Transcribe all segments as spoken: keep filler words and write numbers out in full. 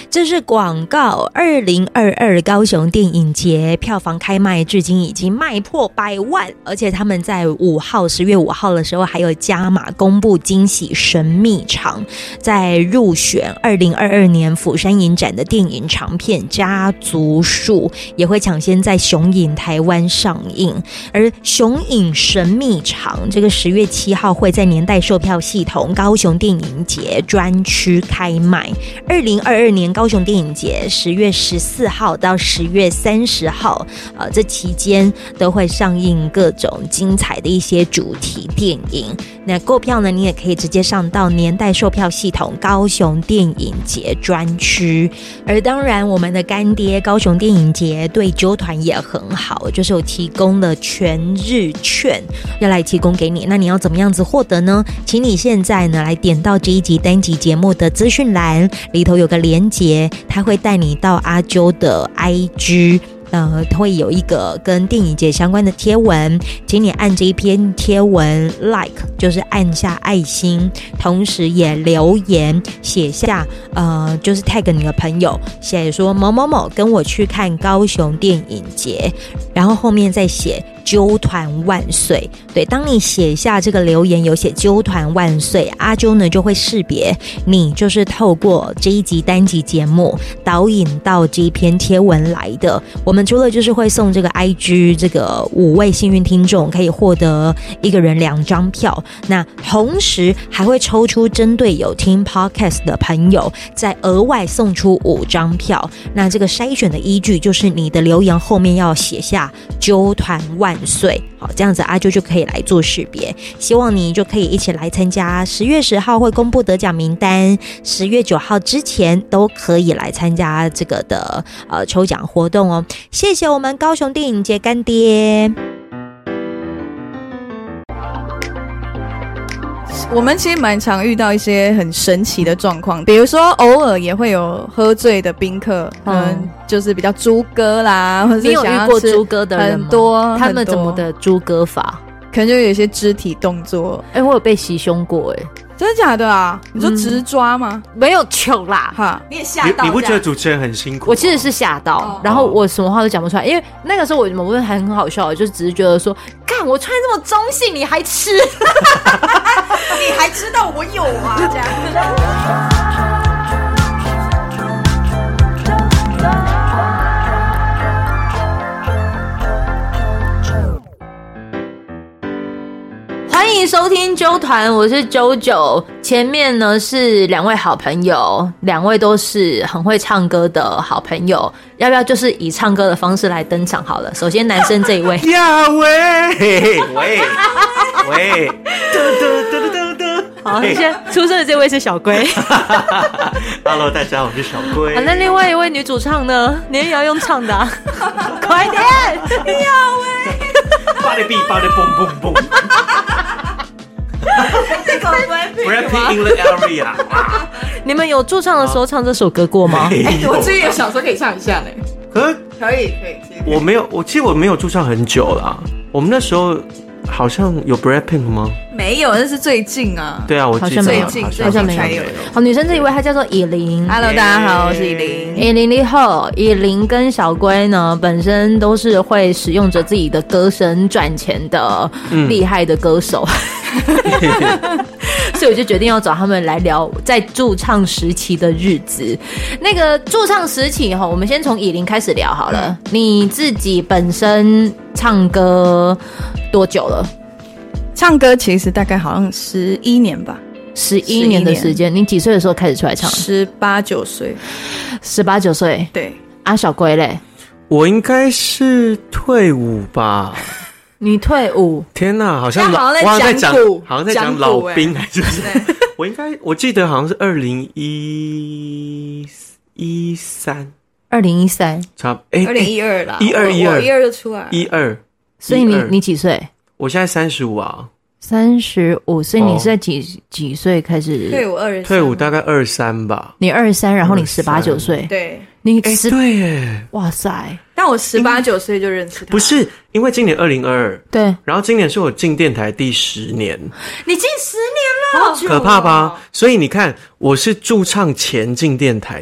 这是广告。二零二二高雄电影节票房开卖至今已经卖破百万，而且他们在五号十月五号的时候还有加码公布惊喜神秘场，在入选二零二二年釜山影展的电影长片家族树，也会抢先在雄影台湾上映。而雄影神秘场这个十月七号会在年代售票系统高雄电影节专区开卖。二零二二年高雄电影节十月十四号到十月三十号，呃，这期间都会上映各种精彩的一些主题电影。那购票呢，你也可以直接上到年代售票系统高雄电影节专区。而当然，我们的干爹高雄电影节对揪团也很好，就是有提供了全日券要来提供给你。那你要怎么样子获得呢？请你现在呢来点到这一集单集节目的资讯栏，里头有个连结，它会带你到阿揪的 I G，呃，会有一个跟电影节相关的贴文，请你按这一篇贴文 like， 就是按下爱心，同时也留言写下，呃，就是 tag 你的朋友，写说某某某跟我去看高雄电影节，然后后面再写揪团万岁。对，当你写下这个留言有写揪团万岁，阿揪呢就会识别你就是透过这一集单集节目导引到这一篇贴文来的。我们除了就是会送这个 I G 这个五位幸运听众可以获得一个人两张票，那同时还会抽出针对有听 podcast 的朋友再额外送出五张票。那这个筛选的依据就是你的留言后面要写下揪团万岁，好，这样子阿揪就可以来做识别。希望你就可以一起来参加，十月十号会公布得奖名单，十月九号之前都可以来参加这个的呃抽奖活动哦。谢谢我们高雄电影节干爹。 我们其实蛮常遇到一些很神奇的状况，比如说偶尔也会有喝醉的宾客，嗯，就是比较猪哥啦，或者是想要吃你有遇过猪哥的人吗？ 很多， 他们怎么的猪哥法？ 可能就有一些肢体动作。 哎、欸，我有被袭胸过、欸，哎， 真的假的啊？你说直抓吗？ 嗯、没有糗啦， 哈，你也吓到。 你不觉得主持人很辛苦？ 我其实是吓到、哦，然后我什么话都讲不出来，因为那个时候我某部分还很好笑，就只是觉得说，干我穿这么中性，你还吃， 你还知道我有啊，这样。 欢迎收听揪团，我是啾啾。前面呢是两位好朋友，两位都是很会唱歌的好朋友，要不要就是以唱歌的方式来登场好了？首先男生这一位， 呀喂喂喂， 好，现在出生的这位是小龟。 Hello， 大家好，我是小龟。 啊，那另外一位女主唱呢？你也要用唱的、啊，快点！呀喂， 巴黎比巴黎蹦蹦蹦。Rapping in the area 你们有驻唱的时候唱这首歌过吗？ 哎、欸，我之前有想说可以唱一下呢。 可可以可以。 我没有，我其实我没有驻唱很久啦。我们那时候好像有 Rapping 吗？ 没有，那是最近啊。 对啊，我记得最近好像没有。有好，女生这一位她叫做以琳。 Hello， 大家好，我是以琳。 以琳你好，以琳跟小龟呢，本身都是会使用着自己的歌声赚钱的厉害的歌手。嗯所以我就决定要找他们来聊在驻唱时期的日子。那个驻唱时期我们先从以琳开始聊好了。你自己本身唱歌多久了？ 唱歌其实大概好像十一年吧。 十一年的时间。你几岁的时候开始出来唱？ 十八九岁。 十八九岁。 对。 啊，小龟嘞？ 我应该是退伍吧。 你退伍？ 天哪，好像好像在讲古， 好像在讲老兵还是什么？我应该我记得好像是二零一一三， 二零一三， 差哎， 二零一二啦， 一二一二， 一二就出来， 一二。 所以你你几岁？ 我现在三十五啊。 三十五，所以你是在几、哦、几岁开始退伍？二十退伍大概二三吧。 你二三，然后你十八九岁， 对， 你十、 欸、对耶， 哇塞！ 但我十八九岁就认识他， 不是因为今年二零二二， 对， 然后今年是我进电台第十年， 你进十年了， 可怕吧？所以你看，我是驻唱前进电台的。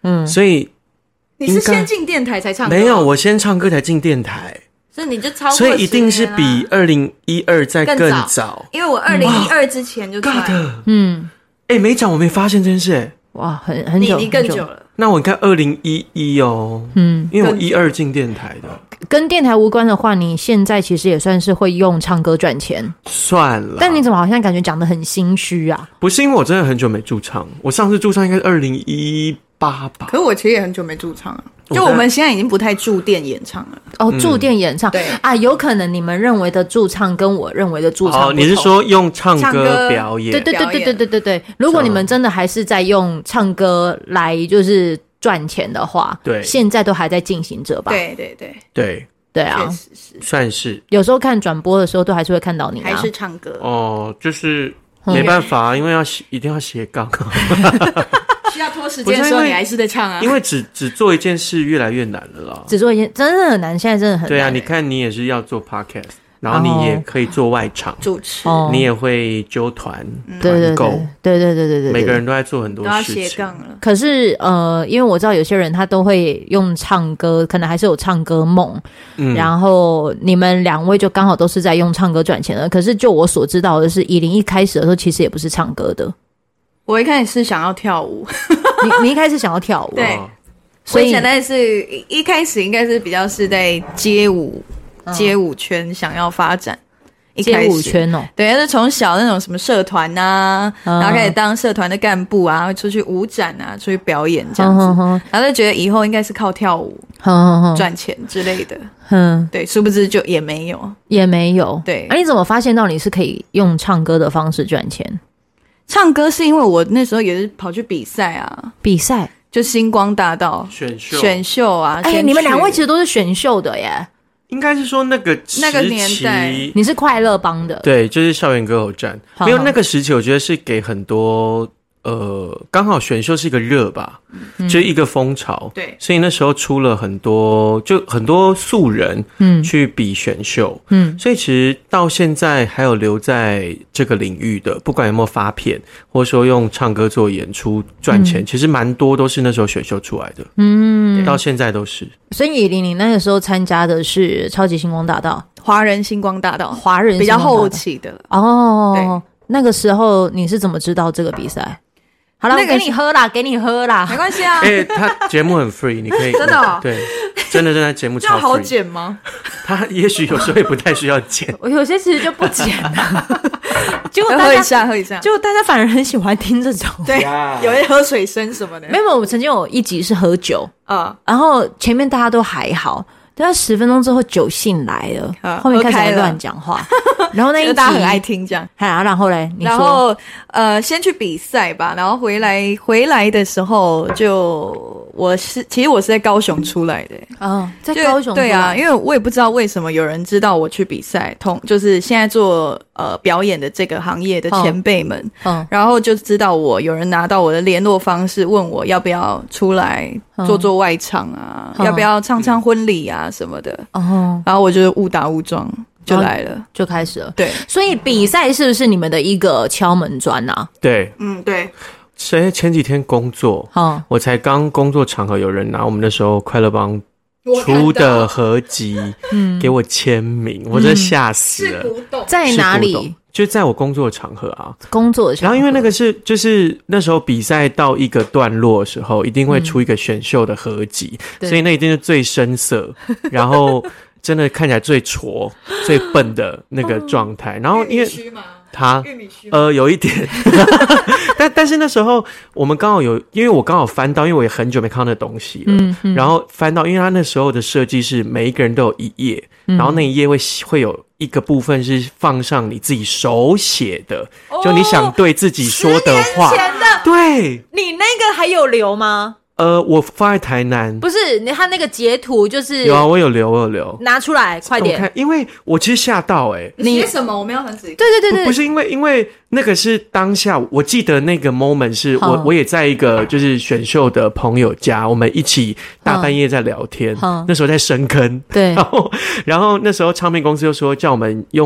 嗯， 所以你是先进电台才唱歌？ 没有，我先唱歌才进电台。 所以你就超过十所年、啊、 以一定是比二零一二再更早，更早因为我二零一二之前就出来了。 嗯， 哎、欸，没讲，我没发现这件事、欸。 哇，很很久， 你你更久了。 那我看二零一一哦，嗯，因为我一二进电台的， 跟电台无关的话，你现在其实也算是会用唱歌赚钱， 算了。 但你怎么好像感觉讲得很心虚啊？ 不是因为我真的很久没驻唱，我上次驻唱应该是二零一八吧。 可是我其实也很久没驻唱了。就我们现在已经不太驻店演唱了哦，驻店演唱、嗯、 对啊，有可能你们认为的驻唱跟我认为的驻唱不同。 哦，你是说用唱歌表演？ 对对对对对对对对。如果你们真的还是在用唱歌来就是赚钱的话，对，现在都还在进行着吧？ 对对对对对啊， 确实是， 算是。 有时候看转播的时候，都还是会看到你、啊， 还是唱歌哦，就是没办法，因为要一定要斜杠。 需要拖时间的时候，你还是在唱啊。 因为只只做一件事越来越难了啦。 只做一件真的很难，现在真的很难。 对啊，你看你也是要做 podcast， 然后你也可以做外场主持， 你也会揪团、 对对对对对对对对， 每个人都在做很多事情。 都要斜杠了。 可是呃，因为我知道有些人他都会用唱歌，可能还是有唱歌梦。嗯，然后你们两位就刚好都是在用唱歌赚钱的。可是就我所知道的是，以琳一开始的时候其实也不是唱歌的。 我一开始是想要跳舞， 你你一开始想要跳舞， 对，所以现在是一开始应该是比较是在街舞、嗯、街舞圈想要发展，一开始街舞圈哦， 对，是从小那种什么社团啊、嗯，然后开始当社团的干部啊，会出去舞展啊，出去表演这样子，嗯嗯嗯、然后就觉得以后应该是靠跳舞赚钱之类的，嗯，对，殊不知就也没有， 也没有， 对， 而、啊、你怎么发现到你是可以用唱歌的方式赚钱？ 唱歌是因为我那时候也是跑去比赛啊， 比赛就星光大道选秀选秀啊， 哎、欸，你们两位其实都是选秀的耶， 应该是说那个那个年代， 你是快乐帮的， 对，就是校园歌喉战，没有那个时期，我觉得是给很多。呃，刚好选秀是一个热吧、嗯，就是一个风潮， 对， 所以那时候出了很多，就很多素人，嗯，去比选秀，嗯，所以其实到现在还有留在这个领域的，不管有没有发片，或者说用唱歌做演出赚钱、嗯，其实蛮多都是那时候选秀出来的，嗯，到现在都是。 所以琳琳那个时候参加的是超级星光大道、 华人星光大道、 华人比较后期的哦。对，那个时候你是怎么知道这个比赛？好了、那個，我给你喝啦，给你喝啦， 没关系啊。 哎、欸，他节目很 free， 你可以真的、哦， 对，真的真的节目超 free。这样好剪吗？ 他也许有时候也不太需要剪， 我有些其实就不剪了。结果喝一下，喝一下。 结果大家反而很喜欢听这种， 对，有些喝水声什么的。 没有，我曾经有一集是喝酒啊、嗯，然后前面大家都还好。大概十分钟之后酒兴来了、啊，后面开始乱讲话，然后那一集大家很爱听这样。 啊，然后嘞，你说， 然后呃，先去比赛吧，然后回来回来的时候就我是其实我是在高雄出来的啊、哦，在高雄对啊，因为我也不知道为什么有人知道我去比赛，同就是现在做呃表演的这个行业的前辈们，嗯、哦，然后就知道我有人拿到我的联络方式，问我要不要出来做做外场啊，哦、要不要唱唱婚礼啊。什么的哦，然后我就误打误撞就来了， 就开始了。 对， 所以比赛是不是你们的一个敲门砖啊？ 对， 嗯，对。 所以前几天工作，哦，我才刚工作场合有人拿我们那时候快乐帮出的合集，嗯，给我签名，我真的吓死了。 是古董， 在哪里？ 就在我工作的场合啊， 工作的场合。 然后因为那个是就是那时候比赛到一个段落的时候，一定会出一个选秀的合集，嗯、所以那一定是最深色，然后真的看起来最挫、最笨的那个状态。然后因为他呃有一点，但但是那时候我们刚好有，因为我刚好翻到，因为我也很久没看到那东西了，嗯嗯、然后翻到，因为他那时候的设计是每一个人都有一页，嗯、然后那一页会会有一个部分是放上你自己手写的，哦、就你想对自己说的话。 十年前的， 对， 你那个还有留吗？ 呃，我放在台南， 不是你他那个截图就是有啊，我有留，我有留， 拿出来，快点！ 我看，因为我其实吓到哎、欸， 你写什么？我没有很仔细。 对对对对， 不, 不是因为因为那个是当下，我记得那个 moment 是我、嗯、我也在一个就是选秀的朋友家，我们一起大半夜在聊天，嗯、那时候在深坑， 对， 然后然后那时候唱片公司就说叫我们用。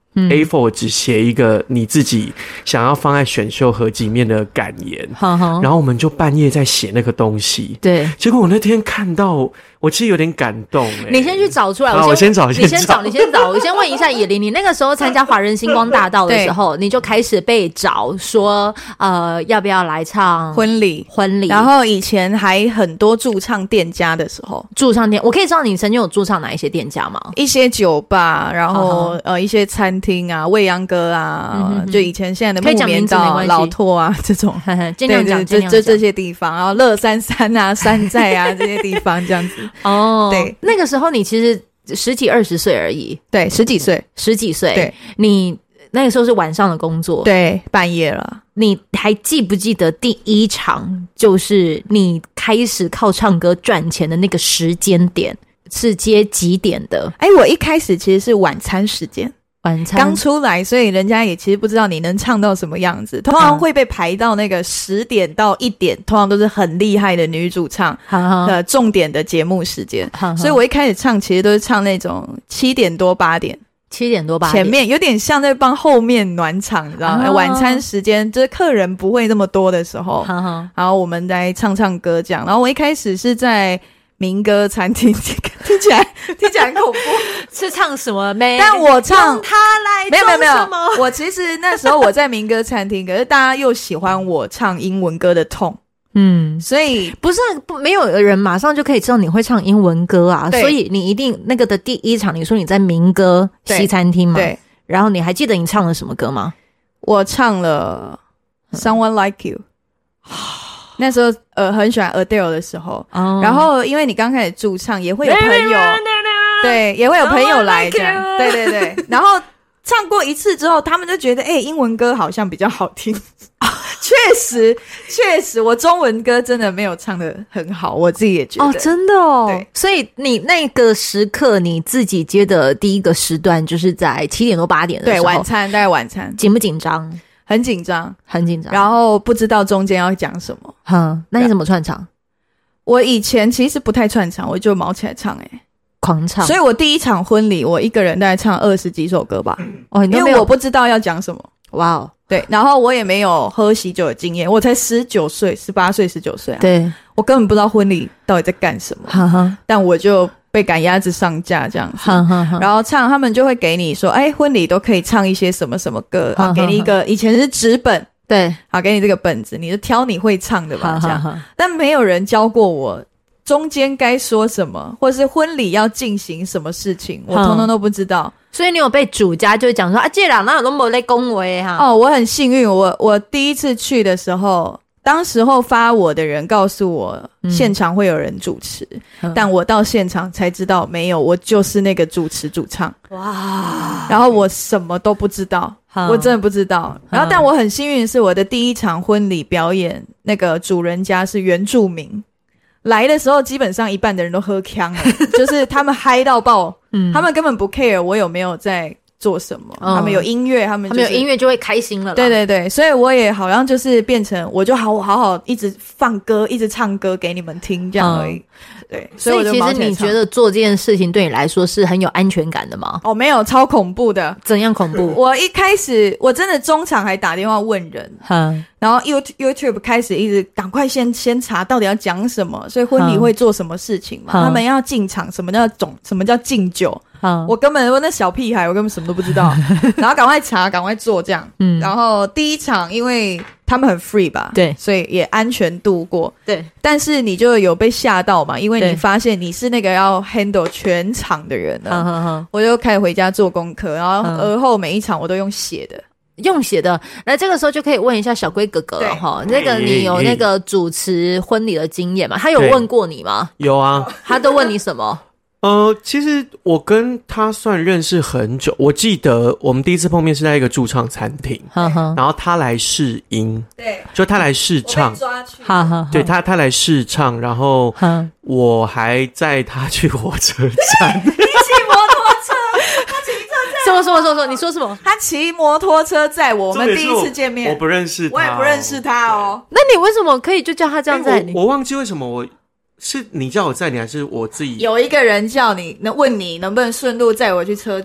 A 四 只写一个你自己想要放在选秀合集面的感言，然后我们就半夜在写那个东西。 对， 结果我那天看到，我其实有点感动、欸。 你先去找出来， 我先找， 你先找，你先找。我先问一下野林，你那个时候参加华人星光大道的时候，你就开始被找说，呃，要不要来唱婚礼？ 婚礼。 然后以前还很多驻唱店家的时候， 驻唱店，我可以知道你曾经有驻唱哪一些店家吗？ 一些酒吧，然后、uh-huh. 呃一些餐厅啊，未央歌啊、嗯哼哼，就以前现在的木棉道、老拓啊这种， 尽量讲， 对，这这些地方，然后乐山山啊、山寨啊这些地方这样子。 哦，对，那个时候你其实十几二十岁而已， 对，十几岁， 十几岁， 对， 你那个时候是晚上的工作， 对，半夜了。 你还记不记得第一场就是你开始靠唱歌赚钱的那个时间点是接几点的？ 哎，我一开始其实是晚餐时间。 晚餐刚出来，所以人家也其实不知道你能唱到什么样子，通常会被排到那个十点到一点，通常都是很厉害的女主唱，呃，重点的节目时间。所以我一开始唱其实都是唱那种七点多八点， 七点多八点， 前面有点像在帮后面暖场，你知道吗？哦、晚餐时间就是客人不会那么多的时候，然后我们来唱唱歌这样。然后我一开始是在民歌餐厅，听起来听起来很恐怖， 是唱什么？没， 但我唱他来， 没有没有没有，我其实那时候我在民歌餐厅，可是大家又喜欢我唱英文歌的痛， 嗯， 所以不是不没有人马上就可以知道你会唱英文歌啊，所以你一定那个的第一场，你说你在民歌西餐厅嘛， 对， 然后你还记得你唱了什么歌吗？ 我唱了 Someone Like You。那时候呃很喜欢 Adele 的时候、oh. 然后因为你刚开始驻唱也会有朋友对也会有朋友来这样对对对然后唱过一次之后他们就觉得哎、欸，英文歌好像比较好听确实确实我中文歌真的没有唱得很好我自己也觉得哦真的哦对所以你那个时刻你自己接的第一个时段就是在七点多八点的时候对晚餐大概晚餐紧不紧张？ 很紧张很紧张然后不知道中间要讲什么哼，那你怎么串场？ 我以前其实不太串场我就毛起来唱诶、欸狂唱， 所以我第一场婚礼，我一个人大概唱二十几首歌吧。 哦，你都没有因为我不知道要讲什么。 哇哦， 对，然后我也没有喝喜酒的经验，我才十九岁、十八岁、十九岁啊。 对， 我根本不知道婚礼到底在干什么。哈哈，但我就被赶鸭子上架这样子。哈哈哈，然后唱，他们就会给你说，哎，婚礼都可以唱一些什么什么歌啊，给你一个以前是纸本。对，好，给你这个本子，你就挑你会唱的吧，这样。但没有人教过我。中间该说什么或者是婚礼要进行什么事情我通通都不知道、嗯、 所以你有被主家就讲说啊这人哪有那么在恭维哈哦我很幸运我我第一次去的时候当时候发我的人告诉我、嗯、现场会有人主持、嗯、但我到现场才知道没有我就是那个主持主唱哇然后我什么都不知道、嗯、我真的不知道、嗯、然后但我很幸运的是我的第一场婚礼表演那个主人家是原住民来的时候基本上一半的人都喝呛了就是他们嗨到爆、嗯、他们根本不 care 我有没有在做什么、嗯、他们有音乐他们、就是、 他们有音乐就会开心了啦对对对所以我也好像就是变成我就好好好一直放歌一直唱歌给你们听这样而已、嗯对， 所以我就其实你觉得做这件事情对你来说是很有安全感的吗？ 哦，没有，超恐怖的。 怎样恐怖？ 我一开始我真的中场还打电话问人，嗯，然后 YouTube 开始一直赶快先先查到底要讲什么，所以婚礼会做什么事情嘛？嗯、他们要进场，什么叫总，什么叫敬酒？嗯、我根本我那小屁孩，我根本什么都不知道，然后赶快查，赶快做这样。嗯，然后第一场因为。他们很 free 吧， 对， 所以也安全度过， 对。 但是你就有被吓到嘛，因为你发现你是那个要 handle 全场的人了。嗯嗯、我就开始回家做功课，然后而后每一场我都用写的， 用写的。那这个时候就可以问一下小龟哥哥了哈，那个你有那个主持婚礼的经验吗？他有问过你吗？ 有啊， 他都问你什么？ 呃，其实我跟他算认识很久，我记得我们第一次碰面是在一个驻唱餐厅，然后他来试音， 对， 就他来试唱， 抓去对他他来试唱，然后我还载他去火车站， 你骑摩托车，他骑车载什么什么什么？你说什么？ 他骑摩托车载我，我们第一次见面， 我不认识他、哦， 我也不认识他哦。 那你为什么可以就叫他这样载你？ 我, 我忘记为什么我。是你叫我载你还是我自己？ 有一个人叫你，能问你能不能顺路载我去车站。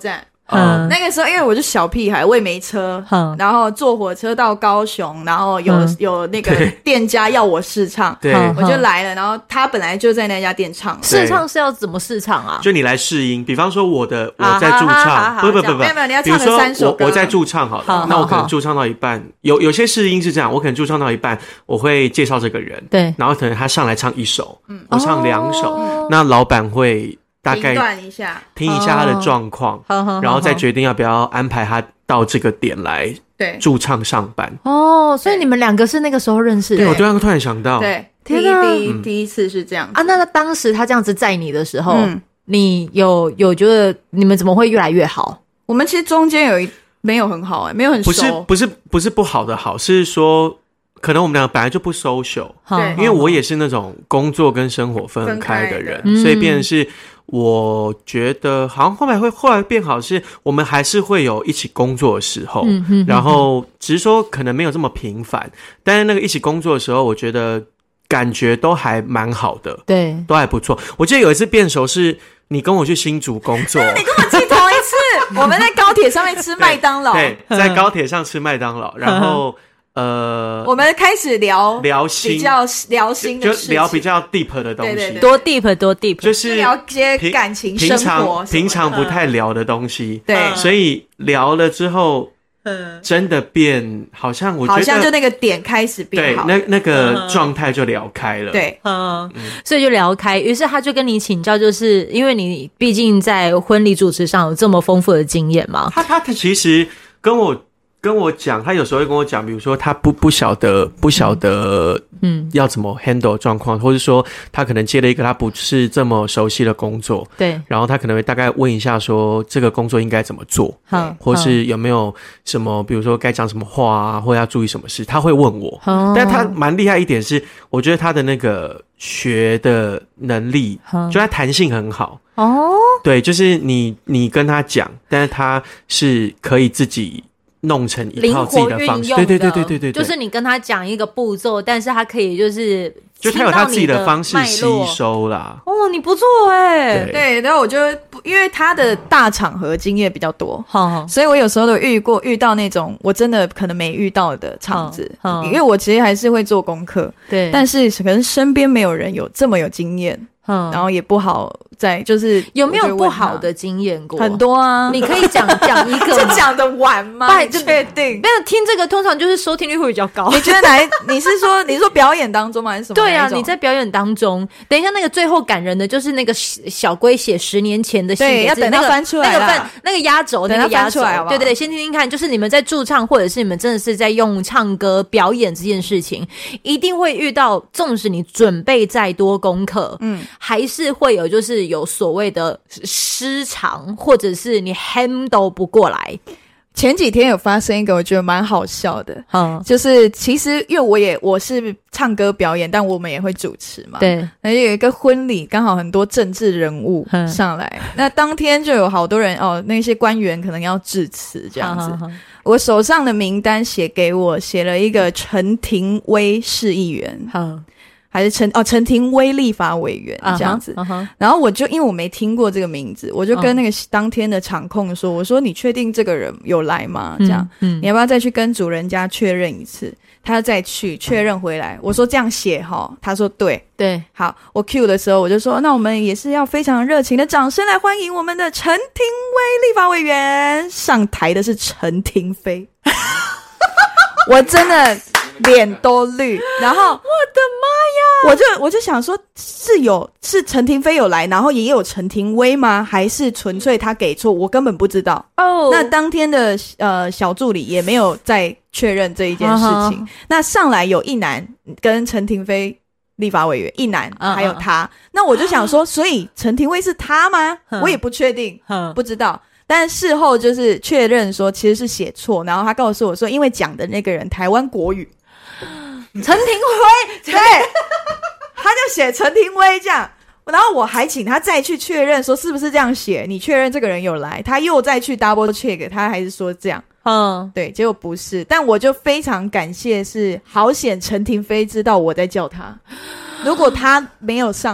嗯，那个时候因为我是小屁孩，我也没车，嗯，然后坐火车到高雄，然后有、嗯、有那个店家要我试唱， 对， 我就来了。然后他本来就在那家店唱， 试唱是要怎么试唱啊？ 就你来试音，比方说我的我在驻唱，不不不不， 没有没有，你要唱的三首歌。 我我在驻唱好了，好好好，那我可能驻唱到一半，有有些试音是这样，我可能驻唱到一半，我会介绍这个人， 对， 然后可能他上来唱一首，嗯，我唱两首，哦、那老板会。大概评断一下， 听一下他的状况，哦、然后再决定要不要安排他到这个点来驻唱上班。 哦，所以你们两个是那个时候认识的？ 对，我刚刚突然想到， 对，第一第一、嗯、第一次是这样子啊。那当时他这样子载你的时候，嗯、你有有觉得你们怎么会越来越好？ 我们其实中间有一没有很好哎、欸，没有很熟， 不是不是不是不好的好，是说。可能我们两个本来就不 social， 对， 因为我也是那种工作跟生活分很开的人，所以变成是我觉得好像后来会后来变好，是我们还是会有一起工作的时候，嗯、哼哼然后只是说可能没有这么频繁，但是那个一起工作的时候，我觉得感觉都还蛮好的， 对， 都还不错。我记得有一次变熟是你跟我去新竹工作， 你跟我记同一次，我们在高铁上面吃麦当劳， 对，对在高铁上吃麦当劳，然后。呃， 我们开始聊聊心， 比较聊心的事情， 就聊比较 deep 的东西， 对对对多 deep 多 deep， 就是聊些感情、生活平常不太聊的东西， 对， 所以聊了之后，嗯，真的变，好像我觉得好像就那个点开始变好， 对，那那个状态就聊开了， 对， 嗯，所以就聊开，于是他就跟你请教，就是因为你毕竟在婚礼主持上有这么丰富的经验嘛， 他他他其实跟我。跟我讲，他有时候会跟我讲，比如说他不不晓得不晓得，嗯，要怎么 handle 状况，或者说他可能接了一个他不是这么熟悉的工作， 对， 然后他可能会大概问一下说这个工作应该怎么做， 好， 或是有没有什么，比如说该讲什么话啊，或要注意什么事，他会问我。哦、但他蛮厉害一点是，我觉得他的那个学的能力，就他弹性很好。 哦， 对，就是你你跟他讲，但是他是可以自己。弄成一套自己的方式，对对对对对对， 就是你跟他讲一个步骤，但是他可以就是就他有他自己的方式吸收啦。 哦，你不错哎、 欸，对，然后我就因为他的大场合经验比较多，好，所以我有时候都遇过遇到那种我真的可能没遇到的场子，因为我其实还是会做功课， 对， 但是可能身边没有人有这么有经验。嗯，然后也不好在，就是有没有不好的经验过？ 很多啊， 你可以讲讲一个， 这讲得完吗？你确定？ 没有听这个，通常就是收听率会比较高。 你觉得哪？你是说你是说表演当中吗？还是什么？ 对啊，你在表演当中，等一下那个最后感人的就是那个小龟写十年前的信， 对，要等它翻出来那个翻那个压轴，那个压轴，对对对，先听听看，就是你们在驻唱，或者是你们真的是在用唱歌表演这件事情，一定会遇到，纵使你准备再多功课，嗯。还是会有就是有所谓的失常，或者是你 handle 不过来。 前几天有发生一个我觉得蛮好笑的，嗯，就是其实因为我也我是唱歌表演，但我们也会主持嘛， 对， 然后有一个婚礼，刚好很多政治人物上来，那当天就有好多人哦，那些官员可能要致辞这样子。好好好，我手上的名单写给我，写了一个陈庭葳市议员，好。还是陈哦陈庭葳立法委员这样子， uh-huh, uh-huh. 然后我就因为我没听过这个名字，我就跟那个当天的场控说，我说你确定这个人有来吗？这样，嗯嗯、你要不要再去跟主人家确认一次？他再去确认回来，我说这样写齁，他说对对， 好，我 cue 的时候我就说，那我们也是要非常热情的掌声来欢迎我们的陈庭葳立法委员。上台的是陈庭妃，我真的脸都绿，然后我的妈呀！ 我就我就想说，是有是陈庭妃有来，然后也有陈庭葳吗？还是纯粹他给错？我根本不知道。哦、oh. ，那当天的呃小助理也没有再确认这一件事情。Uh-huh. 那上来有一男跟陈庭妃立法委员，一男、uh-huh. 还有他。那我就想说，所以陈庭葳是他吗？ Uh-huh. 我也不确定， uh-huh. 不知道。但事后就是确认说其实是写错，然后他告诉我说，因为讲的那个人台湾国语。陈庭葳，对，他就写陈庭葳这样，然后我还请他再去确认说是不是这样写，你确认这个人有来，他又再去 double check， 他还是说这样，嗯，对，结果不是，但我就非常感谢是好险陈庭妃知道我在叫他，如果他没有上来，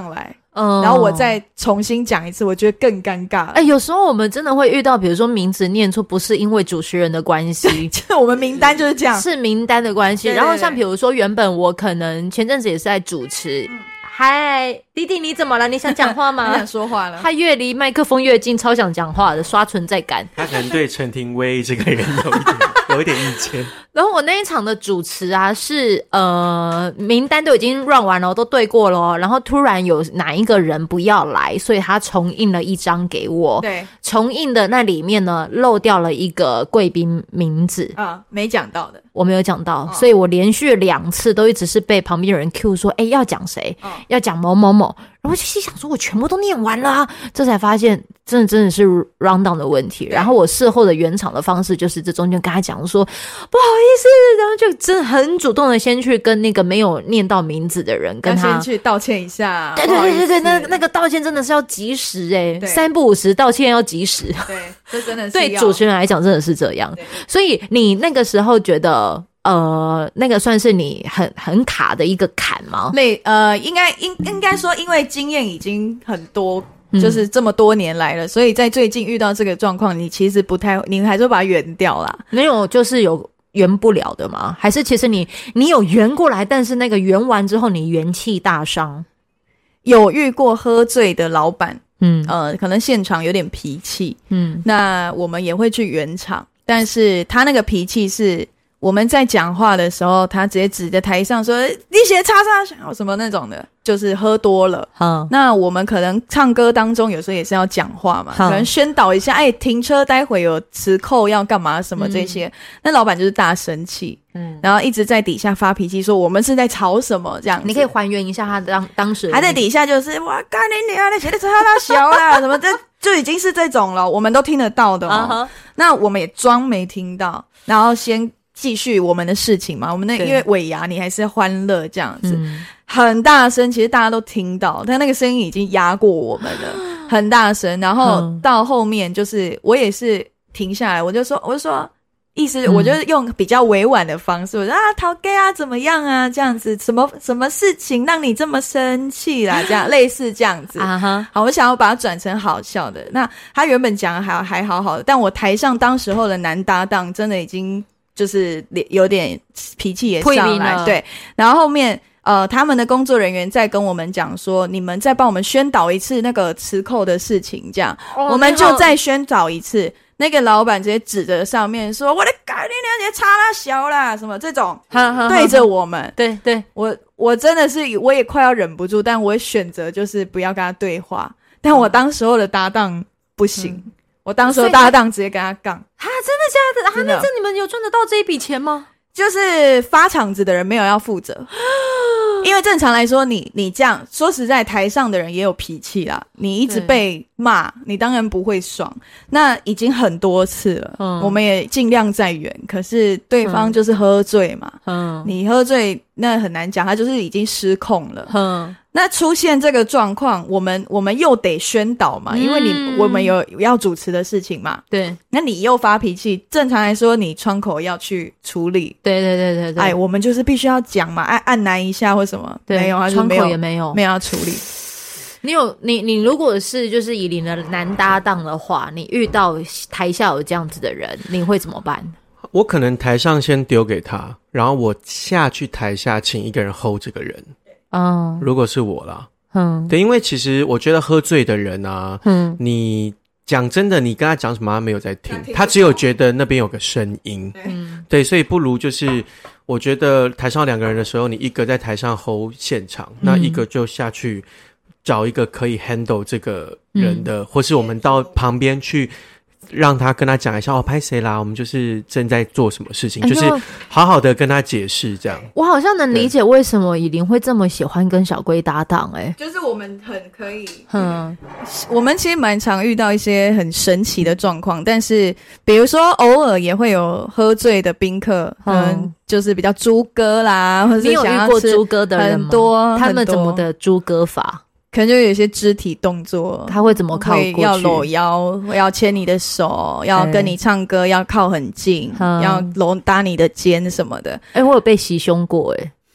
嗯，然后我再重新讲一次，我觉得更尴尬。 哎、欸，有时候我们真的会遇到，比如说名字念错，不是因为主持人的关系， 就是我们名单就是这样， 是名单的关系。 对对对， 然后像比如说，原本我可能前阵子也是在主持。嗯，嗨，弟弟，你怎么了？你想讲话吗？ 你想说话了。 他越离麦克风越近，超想讲话的，刷存在感。 他可能对陈庭葳这个人有一点有一点意见。 然后我那一场的主持啊，是呃名单都已经 run 完了，都对过了，然后突然有哪一个人不要来，所以他重印了一张给我。 对， 重印的那里面呢，漏掉了一个贵宾名字啊，没讲到的， 我没有讲到，哦，所以我连续两次都一直是被旁边的人 cue 说，哎，要讲谁？哦，要讲某某某。然后就心想说，我全部都念完了啊，这才发现真的真的是 round down 的问题。然后我事后的圆场的方式就是这中间跟他讲说不好意思，然后就真的很主动的先去跟那个没有念到名字的人跟他先去道歉一下。 对对对对对，那那个道歉真的是要及时哎，欸，三不五时道歉要及时。 对，这真的是对主持人来讲真的是这样。所以你那个时候觉得呃，那个算是你很很卡的一个坎吗？ 类呃，应该应应该说，因为经验已经很多，就是这么多年来了，嗯，所以在最近遇到这个状况，你其实不太，你还是会把它圆掉啦。 没有，就是有圆不了的吗？还是其实你你有圆过来，但是那个圆完之后你元气大伤？ 有遇过喝醉的老板， 嗯， 呃，可能现场有点脾气， 嗯， 那我们也会去圆场，但是他那个脾气是。我们在讲话的时候，他直接指着台上说你写叉叉小什么那种的，就是喝多了。 嗯， 那我们可能唱歌当中有时候也是要讲话嘛，可能宣导一下，哎，停车待会有磁扣要干嘛什么这些，嗯，那老板就是大生气，嗯，然后一直在底下发脾气说我们是在吵什么这样子。你可以还原一下他当当时还在底下就是哇干你娘的写的叉叉小啦什么这就已经是这种了，我们都听得到的哦。Uh-huh. 那我们也装没听到，然后先继续我们的事情嘛，我们那因为尾牙你还是欢乐这样子，嗯，很大声，其实大家都听到，但那个声音已经压过我们了，很大声。然后到后面就是我也是停下来，我就说我就说意思，我就用比较委婉的方式，我说啊陶哥啊怎么样啊这样子，什么什么事情让你这么生气啦，这样类似这样子啊哈。好，我想要把它转成好笑的。那他原本讲还还好好的，但我台上当时候的男搭档真的已经。就是有点脾气也上来，对，然后后面呃，他们的工作人员在跟我们讲说，你们再帮我们宣导一次那个磁扣的事情，这样，哦，我们就再宣导一次。那个老板直接指着上面说：“我的改你两节差啦小啦，什么这种对着我们。” 对对， 我我真的是我也快要忍不住，但我选择就是不要跟他对话。但我当时候的搭档不行。嗯，我当时搭档直接跟他杠啊，真的假的啊？那这你们有赚得到这一笔钱吗？ 就是发场子的人没有要负责，因为正常来说，你你这样说实在，台上的人也有脾气啦，你一直被骂，你当然不会爽。那已经很多次了，嗯，我们也尽量再圆，可是对方就是喝醉嘛，嗯，你喝醉那很难讲，他就是已经失控了，嗯。那出现这个状况，我们我们又得宣导嘛，因为你、嗯、我们有要主持的事情嘛， 对， 那你又发脾气，正常来说你窗口要去处理， 对对对对对， 哎，我们就是必须要讲嘛，按按难一下或什么， 对， 没有啊， 窗口也没有没有要处理。 你有你你如果是就是以你的男搭档的话，你遇到台下有这样子的人，你会怎么办？ 我可能台上先丢给他，然后我下去台下请一个人 hold 这个人。嗯，如果是我啦，嗯，对，因为其实我觉得喝醉的人啊，嗯，你讲真的，你跟他讲什么他没有在听，他只有觉得那边有个声音，嗯，对，所以不如就是我觉得台上两个人的时候，你一个在台上 hold 现场，嗯，那一个就下去找一个可以 handle 这个人的，嗯，或是我们到旁边去让他跟他讲一下哦，拍谁啦，我们就是正在做什么事情，哎，就是好好的跟他解释这样。 我好像能理解为什么以琳会这么喜欢跟小龟搭档，哎， 就是我们很可以，嗯，我们其实蛮常遇到一些很神奇的状况，但是比如说偶尔也会有喝醉的宾客，嗯，就是比较猪哥啦，或者是想要吃， 你有遇过猪哥的人吗？ 很多， 他们怎么的猪哥法？ 可能就有一些肢体动作， 他会怎么靠过去？ 要搂腰，要牵你的手，要跟你唱歌，要靠很近，嗯，要搂搭你的肩什么的。 哎，欸，我有被袭胸过，哎，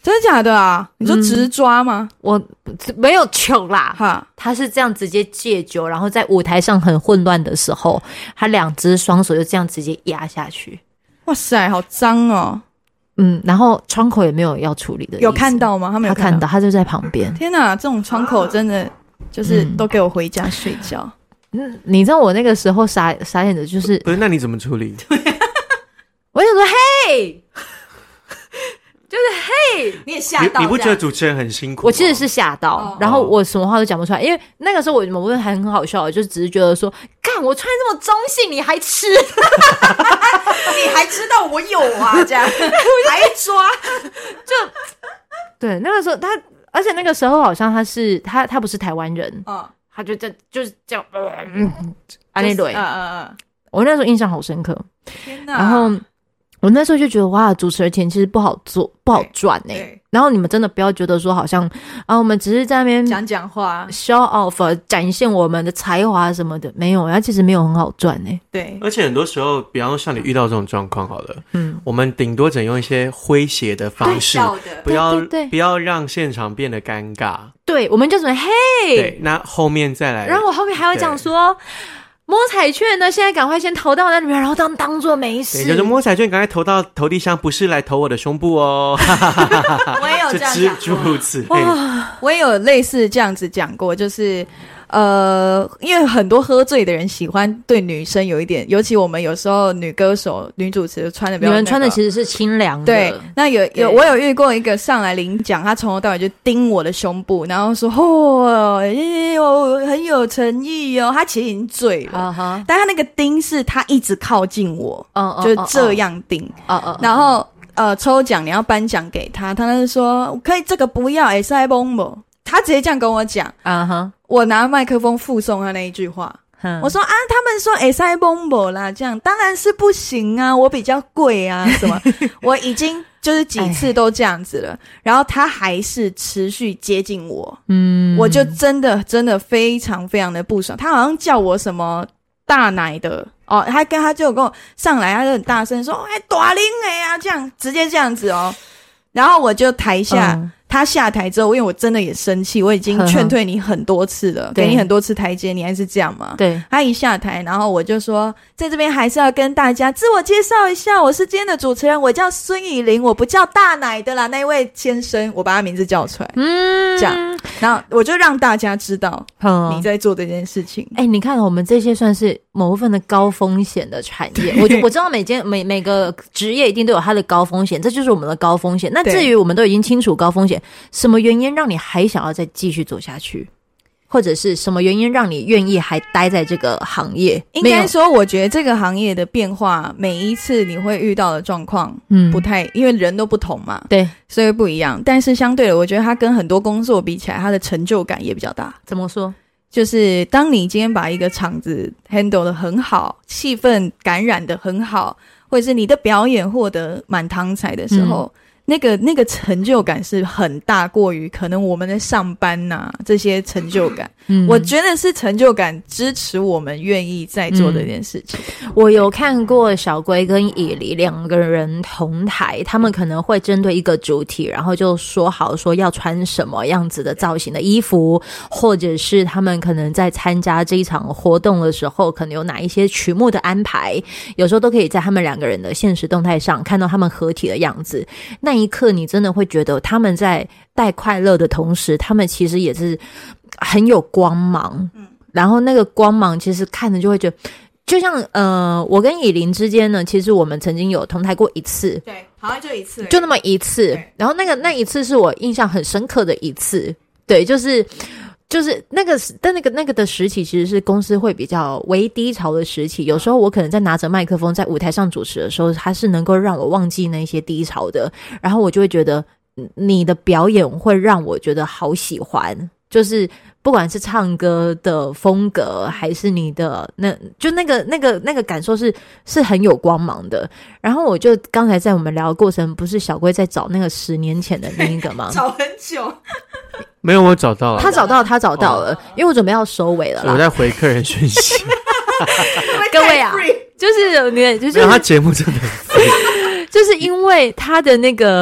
真的假的啊？你说直抓吗？ 嗯、我没有糗啦，哈，他是这样直接戒酒，然后在舞台上很混乱的时候，他两只双手就这样直接压下去。 哇塞，好脏哦！ 嗯，然后窗口也没有要处理的意思， 有看到吗？他没有看到， 他看到，他就在旁边。 天哪，这种窗口真的就是都给我回家睡觉。 嗯，你知道我那个时候傻傻眼的就是， 不是？那你怎么处理？ 我想说，嘿。就是嘿， 你也吓到你, 你不觉得主持人很辛苦吗？ 我其实是吓到、哦、然后我什么话都讲不出来，因为那个时候我某部分还很好笑，就只是觉得说，干我穿这么中性你还吃你还知道我有啊这样还抓就对，那个时候他，而且那个时候好像他是他他不是台湾人、哦、他就在就是这样嗯安内蕊，我那时候印象好深刻。 天哪， 然后我那时候就觉得哇，主持人钱其实不好做，不好赚哎、欸。然后你们真的不要觉得说好像啊，我们只是在那边讲讲话 show off 展现我们的才华什么的，没有，它其实没有很好赚哎、欸。 对， 而且很多时候，比方说像你遇到这种状况好了，嗯，我们顶多只能用一些诙谐的方式，不要对对对不要让现场变得尴尬。 对，我们就准备嘿， 对，那后面再来， 然后我后面还会讲说。摸彩券呢，现在赶快先投到那里面，然后当当做没事。 对，就是摸彩券，赶快投到投递箱，不是来投我的胸部哦。 我也有这样讲过， 诸如此类。 我也有类似这样子讲过，就是呃，因为很多喝醉的人喜欢对女生有一点，尤其我们有时候女歌手、女主持穿的比较、那个， 你们穿的其实是清凉的。 对，那有有我有遇过一个上来领奖，他从头到尾就盯我的胸部，然后说：“哦，欸、我很有诚意哦。”他其实已经醉了， uh-huh. 但他那个盯是他一直靠近我， uh-uh, 就是这样盯。Uh-uh, uh-uh. 然后呃，抽奖你要颁奖给他，他就说：“可以这个不要，哎，塞崩不？”他直接这样跟我讲，啊哈！我拿麦克风附送他那一句话，我说啊，他们说会塞崩不啦，这样当然是不行啊，我比较贵啊，什么？我已经就是几次都这样子了，然后他还是持续接近我，嗯，我就真的真的非常非常的不爽。他好像叫我什么大奶的哦，他跟他就跟我上来，他就很大声说：“哎，大龄哎啊！”这样直接这样子哦，然后我就台下。嗯他下台之后，因为我真的也生气，我已经劝退你很多次了，给你很多次台阶，你还是这样嘛？对。他一下台，然后我就说，在这边还是要跟大家自我介绍一下，我是今天的主持人，我叫孙以玲，我不叫大奶的啦，那位先生，我把他名字叫出来，嗯，这样，然后我就让大家知道你在做这件事情。哎、 欸，你看，我们这些算是某部分的高风险的产业，我就我知道每间每每个职业一定都有它的高风险，这就是我们的高风险。那至于我们都已经清楚高风险。什么原因让你还想要再继续走下去，或者是什么原因让你愿意还待在这个行业？ 应该说我觉得这个行业的变化每一次你会遇到的状况不太、嗯、因为人都不同嘛，对，所以不一样。但是相对的我觉得它跟很多工作比起来，它的成就感也比较大。 怎么说？ 就是当你今天把一个场子 handle 得很好，气氛感染得很好，或者是你的表演获得满堂彩的时候、嗯那个那个成就感是很大过于可能我们在上班呐、啊、这些成就感、嗯，我觉得是成就感支持我们愿意再做这件事情、 嗯。我有看过小龟跟以黎两个人同台，他们可能会针对一个主题，然后就说好说要穿什么样子的造型的衣服，或者是他们可能在参加这一场活动的时候，可能有哪一些曲目的安排，有时候都可以在他们两个人的现实动态上看到他们合体的样子。那一刻你真的会觉得他们在带快乐的同时，他们其实也是很有光芒、嗯、然后那个光芒其实看着就会觉得就像呃，我跟以琳之间呢，其实我们曾经有同台过一次， 对，好像就一次， 就那么一次，然后那个那一次是我印象很深刻的一次，对，就是就是那个但那个那个的时期其实是公司会比较微低潮的时期，有时候我可能在拿着麦克风在舞台上主持的时候，它是能够让我忘记那些低潮的，然后我就会觉得你的表演会让我觉得好喜欢，就是不管是唱歌的风格还是你的那就那个那个那个感受是是很有光芒的。然后我就刚才在我们聊的过程，不是小龟在找那个十年前的那一个吗？ 找很久。 没有，我找到了， 他找到了，他找到了、哦，因为我准备要收尾了啦。 我在回客人讯息。 各位啊，就是你就是他节目真的很废。 就是因为他的那个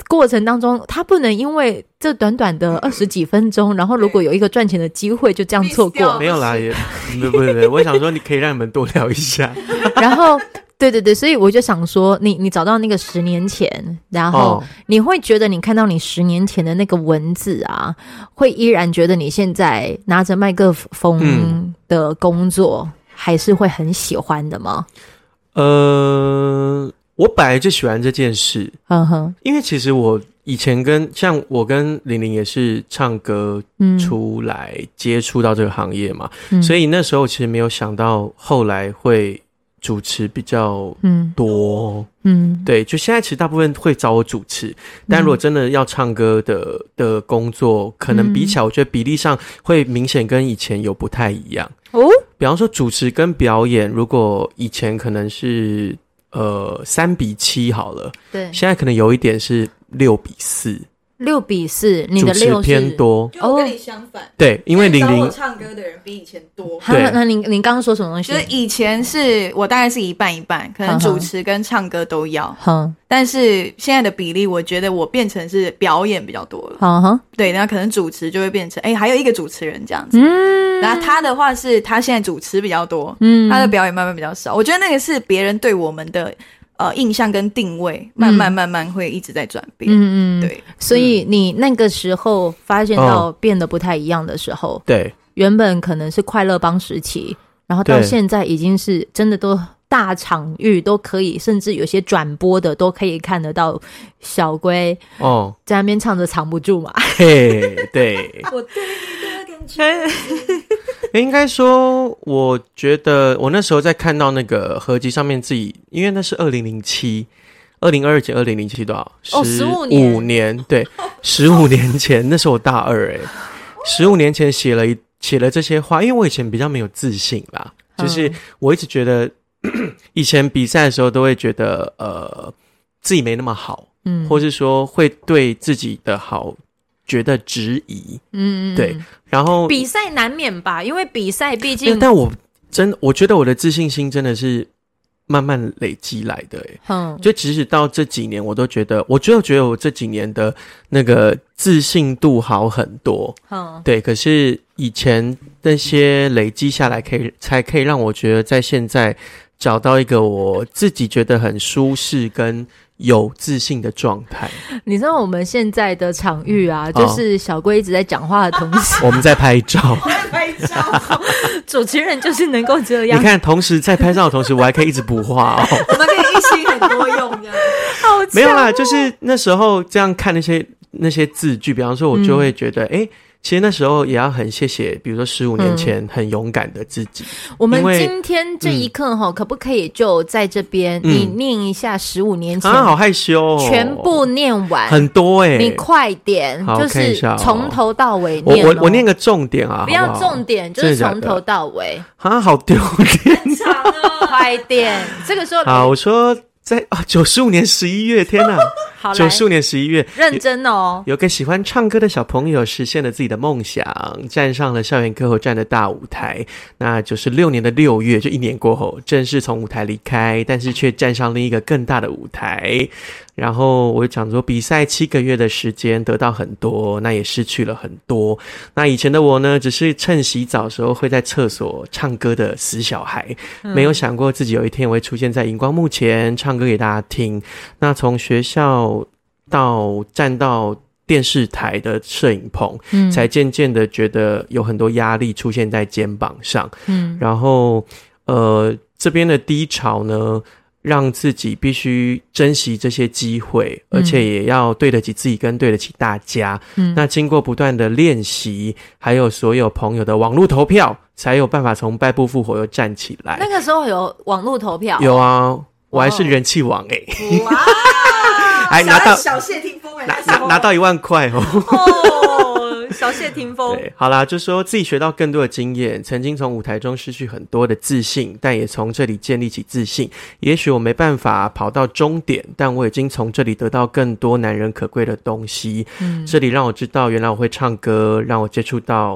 过程当中，他不能因为这短短的二十几分钟，然后如果有一个赚钱的机会就这样错过。 没有啦，也不不不，我想说你可以让你们多聊一下。 然后对对对，所以我就想说，你你找到那个十年前，然后你会觉得你看到你十年前的那个文字啊，会依然觉得你现在拿着麦克风的工作、嗯、还是会很喜欢的吗？ 呃，我本来就喜欢这件事，嗯哼，因为其实我以前跟像我跟玲玲也是唱歌出来接触到这个行业嘛、嗯、所以那时候其实没有想到后来会主持比较多，嗯，对，就现在其实大部分会找我主持，但如果真的要唱歌的的工作，可能比起来我觉得比例上会明显跟以前有不太一样哦。比方说主持跟表演，如果以前可能是呃三比七好了，对，现在可能有一点是六比四。六比四，你的六是主持偏多， 就我跟你相反。 哦、对，因为玲玲找我唱歌的人比以前多。 对，那您您刚刚说什么东西？ 就是以前是我大概是一半一半，可能主持跟唱歌都要。嗯，但是现在的比例，我觉得我变成是表演比较多了。嗯哼，对，那可能主持就会变成，哎、欸，还有一个主持人这样子。嗯，然后他的话是他现在主持比较多，嗯，他的表演慢慢比较少。我觉得那个是别人对我们的。呃，印象跟定位慢慢慢慢会一直在转变，嗯嗯，对， 所以你那个时候发现到变得不太一样的时候， 对， 原本可能是快乐帮时期，然后到现在已经是真的都大场域都可以，甚至有些转播的都可以看得到小龟哦在那边唱着藏不住嘛， 嘿，对， 我对你的感觉。 应该说我觉得我那时候在看到那个合集上面自己，因为那是二零零七 二零二二减二零零七多少哦十五年十五年对十五年前那时候我大二诶十五年前写了一写了这些话，因为我以前比较没有自信啦，就是我一直觉得以前比赛的时候都会觉得呃自己没那么好，嗯，或是说会对自己的好觉得质疑，嗯，对，然后比赛难免吧，因为比赛毕竟， 但我真我觉得我的自信心真的是慢慢累积来的，欸，嗯，就即使到这几年，我都觉得，我就觉得我这几年的那个自信度好很多，嗯，对，可是以前那些累积下来，可以才可以让我觉得在现在找到一个我自己觉得很舒适跟有自信的状态。 你知道我们现在的场域啊，就是小龟一直在讲话的同时， 我们在拍照， 拍照， 主持人就是能够这样。 你看，同时在拍照的同时，我还可以一直补话哦。 我们可以一心很多用这样。 好强哦， 没有啦，就是那时候这样看那些那些字句，比方说，我就会觉得，哎、嗯。其实那时候也要很谢谢，比如说十五年前很勇敢的自己。 嗯、我们今天这一刻哈、嗯，可不可以就在这边、嗯、你念一下十五年前？ 啊，好害羞哦！ 全部念完， 很多哎、欸， 你快点，就是从头到尾念、 哦。我我我念个重点啊， 不要重点，就是从头到尾。 啊，好丢脸！ 很长哦， 快点！这个时候， 好，我说。在啊，九十五年十一月，天哪！ 好， 九十五年十一月， 认真哦。 有个喜欢唱歌的小朋友实现了自己的梦想，站上了校园歌喉战的大舞台。那九十六年的六月，就一年过后，正式从舞台离开，但是却站上另一个更大的舞台。然后我就讲说，比赛七个月的时间得到很多，那也失去了很多。那以前的我呢，只是趁洗澡的时候会在厕所唱歌的死小孩，嗯、没有想过自己有一天我会出现在荧光幕前唱歌给大家听。那从学校到站到电视台的摄影棚，嗯，才渐渐的觉得有很多压力出现在肩膀上，嗯，然后呃这边的低潮呢，让自己必须珍惜这些机会，而且也要对得起自己跟对得起大家。嗯，那经过不断的练习，还有所有朋友的网络投票，才有办法从败部复活又站起来。 那个时候有网络投票？ 有啊，我还是人气王哎、欸！ 哇， 还拿到小谢霆锋哎， 拿拿拿到一万块哦！ 哦，小谢霆锋。 对，好啦，就说自己学到更多的经验，曾经从舞台中失去很多的自信，但也从这里建立起自信。也许我没办法跑到终点，但我已经从这里得到更多难人可贵的东西。嗯，这里让我知道，原来我会唱歌，让我接触到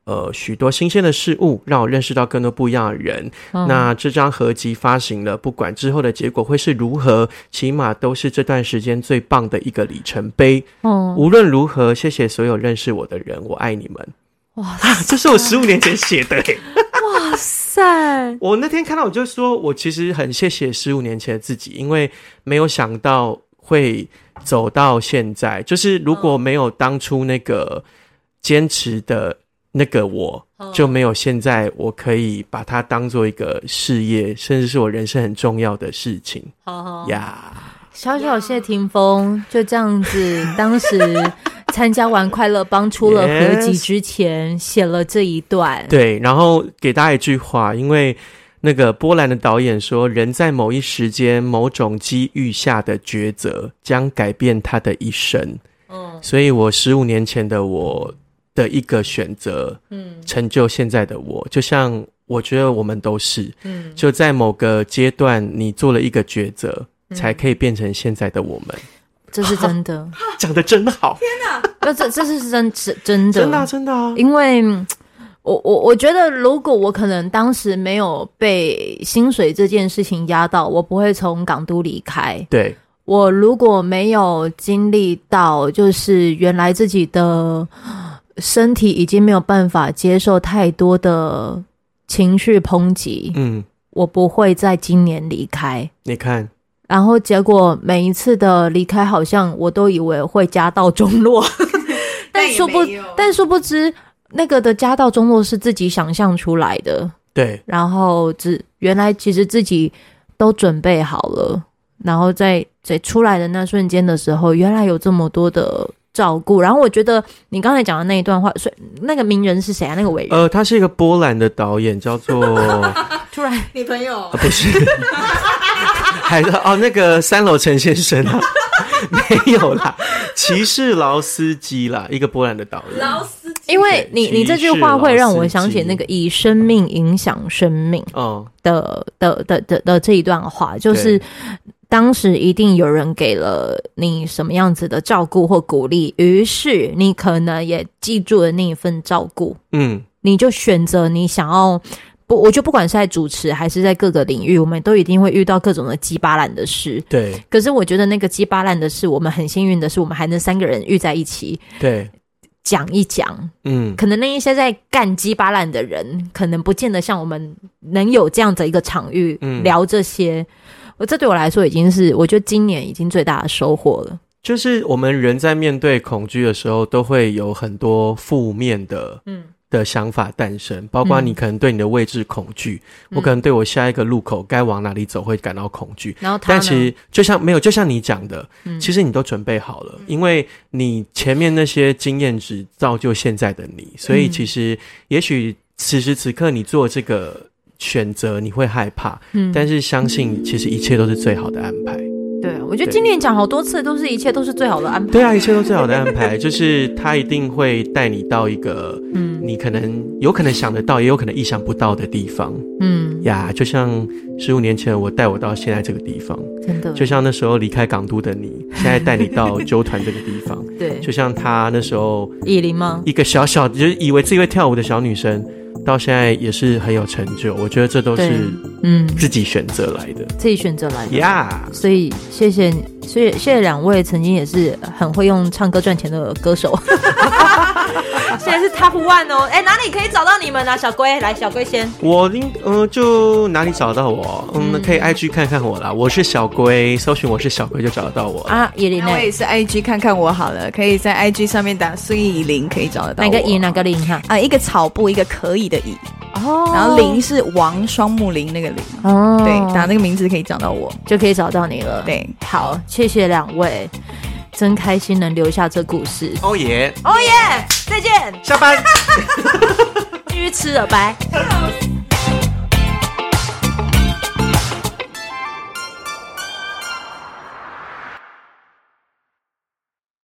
呃许多新鲜的事物，让我认识到更多不一样的人。嗯、那这张合集发行了，不管之后的结果会是如何，起码都是这段时间最棒的一个里程碑。嗯，无论如何，谢谢所有认识我的人，我爱你们。哇，这是我十五年前写的耶。 哇塞！ 我那天看到我就说，我其实很谢谢十五年前的自己，因为没有想到会走到现在。就是如果没有当初那个坚持的那个我，就没有现在我可以把它当做一个事业，甚至是我人生很重要的事情。好呀， 小小谢霆锋就这样子，当时参加完快乐帮出了合集之前写了这一段。 对，然后给大家一句话，因为那个波兰的导演说，人在某一时间某种机遇下的抉择将改变他的一生。嗯，所以我十五年前的我的一个选择，嗯，成就现在的我。就像我觉得我们都是，嗯，就在某个阶段你做了一个抉择，嗯，才可以变成现在的我们。 这是真的， 讲得真好！ 天哪， 那这这是真真的， 真的啊真的啊！ 因为我我我觉得，如果我可能当时没有被薪水这件事情压到，我不会从港都离开。 对， 我如果没有经历到，就是原来自己的身体已经没有办法接受太多的情绪抨击，嗯，我不会在今年离开。 你看。 然后结果每一次的离开，好像我都以为会家道中落，但殊不但殊不知那个的家道中落是自己想象出来的。 对， 然后只原来其实自己都准备好了，然后在在出来的那瞬间的时候，原来有这么多的照顾。然后我觉得你刚才讲的那一段话，所以那个名人是谁啊？那个伟人？ 呃，他是一个波兰的导演，叫做突然你朋友、 啊、不是。还是哦，那个三楼陈先生啊，没有啦，骑士劳斯基啦，一个波兰的导演。 劳斯基， 因为你你这句话会让我想起那个以生命影响生命的的的的 的, 的这一段话，就是当时一定有人给了你什么样子的照顾或鼓励，于是你可能也记住了那一份照顾，嗯，你就选择你想要。我觉得不管是在主持还是在各个领域，我们都一定会遇到各种的鸡巴烂的事。 对。 可是我觉得那个鸡巴烂的事，我们很幸运的是，我们还能三个人遇在一起， 对， 讲一讲。嗯。可能那一些在干鸡巴烂的人，可能不见得像我们能有这样的一个场域、嗯、聊这些。我这对我来说已经是，我觉得今年已经最大的收获了。 就是我们人在面对恐惧的时候，都会有很多负面的，嗯。的想法诞生，包括你可能对你的未知恐惧、嗯、我可能对我下一个路口该往哪里走会感到恐惧， 然后他但其实就像没有就像你讲的、嗯、其实你都准备好了、嗯、因为你前面那些经验值造就现在的你，所以其实也许此时此刻你做这个选择你会害怕、嗯、但是相信其实一切都是最好的安排。 对，我觉得今年讲好多次都是一切都是最好的安排。 对啊，一切都最好的安排，就是他一定会带你到一个嗯，你可能有可能想得到也有可能意想不到的地方。嗯呀，就像十五年前我带我到现在这个地方， 真的就像那时候离开港都的你现在带你到纠团这个地方。 对， 就像他那时候以琳吗， 一个小小就是以为自己会跳舞的小女生，到现在也是很有成就，我觉得这都是嗯自己选择来的， 自己选择来的呀。 所以谢谢，所以谢谢两位曾经也是很会用唱歌赚钱的歌手，现在是 top one 哦。哎，哪里可以找到你们啊？小龟，来，小龟先。 我应呃就哪里找得到我？嗯，嗯可以 I G 看看我啦。我是小龟，搜寻我是小龟就找得到我啊。以琳， 我也是 I G 看看我好了，可以在 I G 上面打孙以琳可以找得到我。 哪个以哪个琳哈？ 啊，一个草部，一个可以的以。哦，然后林是王双木林那个林哦，对，打那个名字可以找到我， 就可以找到你了。 对， 好，谢谢两位，真开心能留下这故事。 哦耶， 哦耶，再见， 下班， 继续吃了，拜。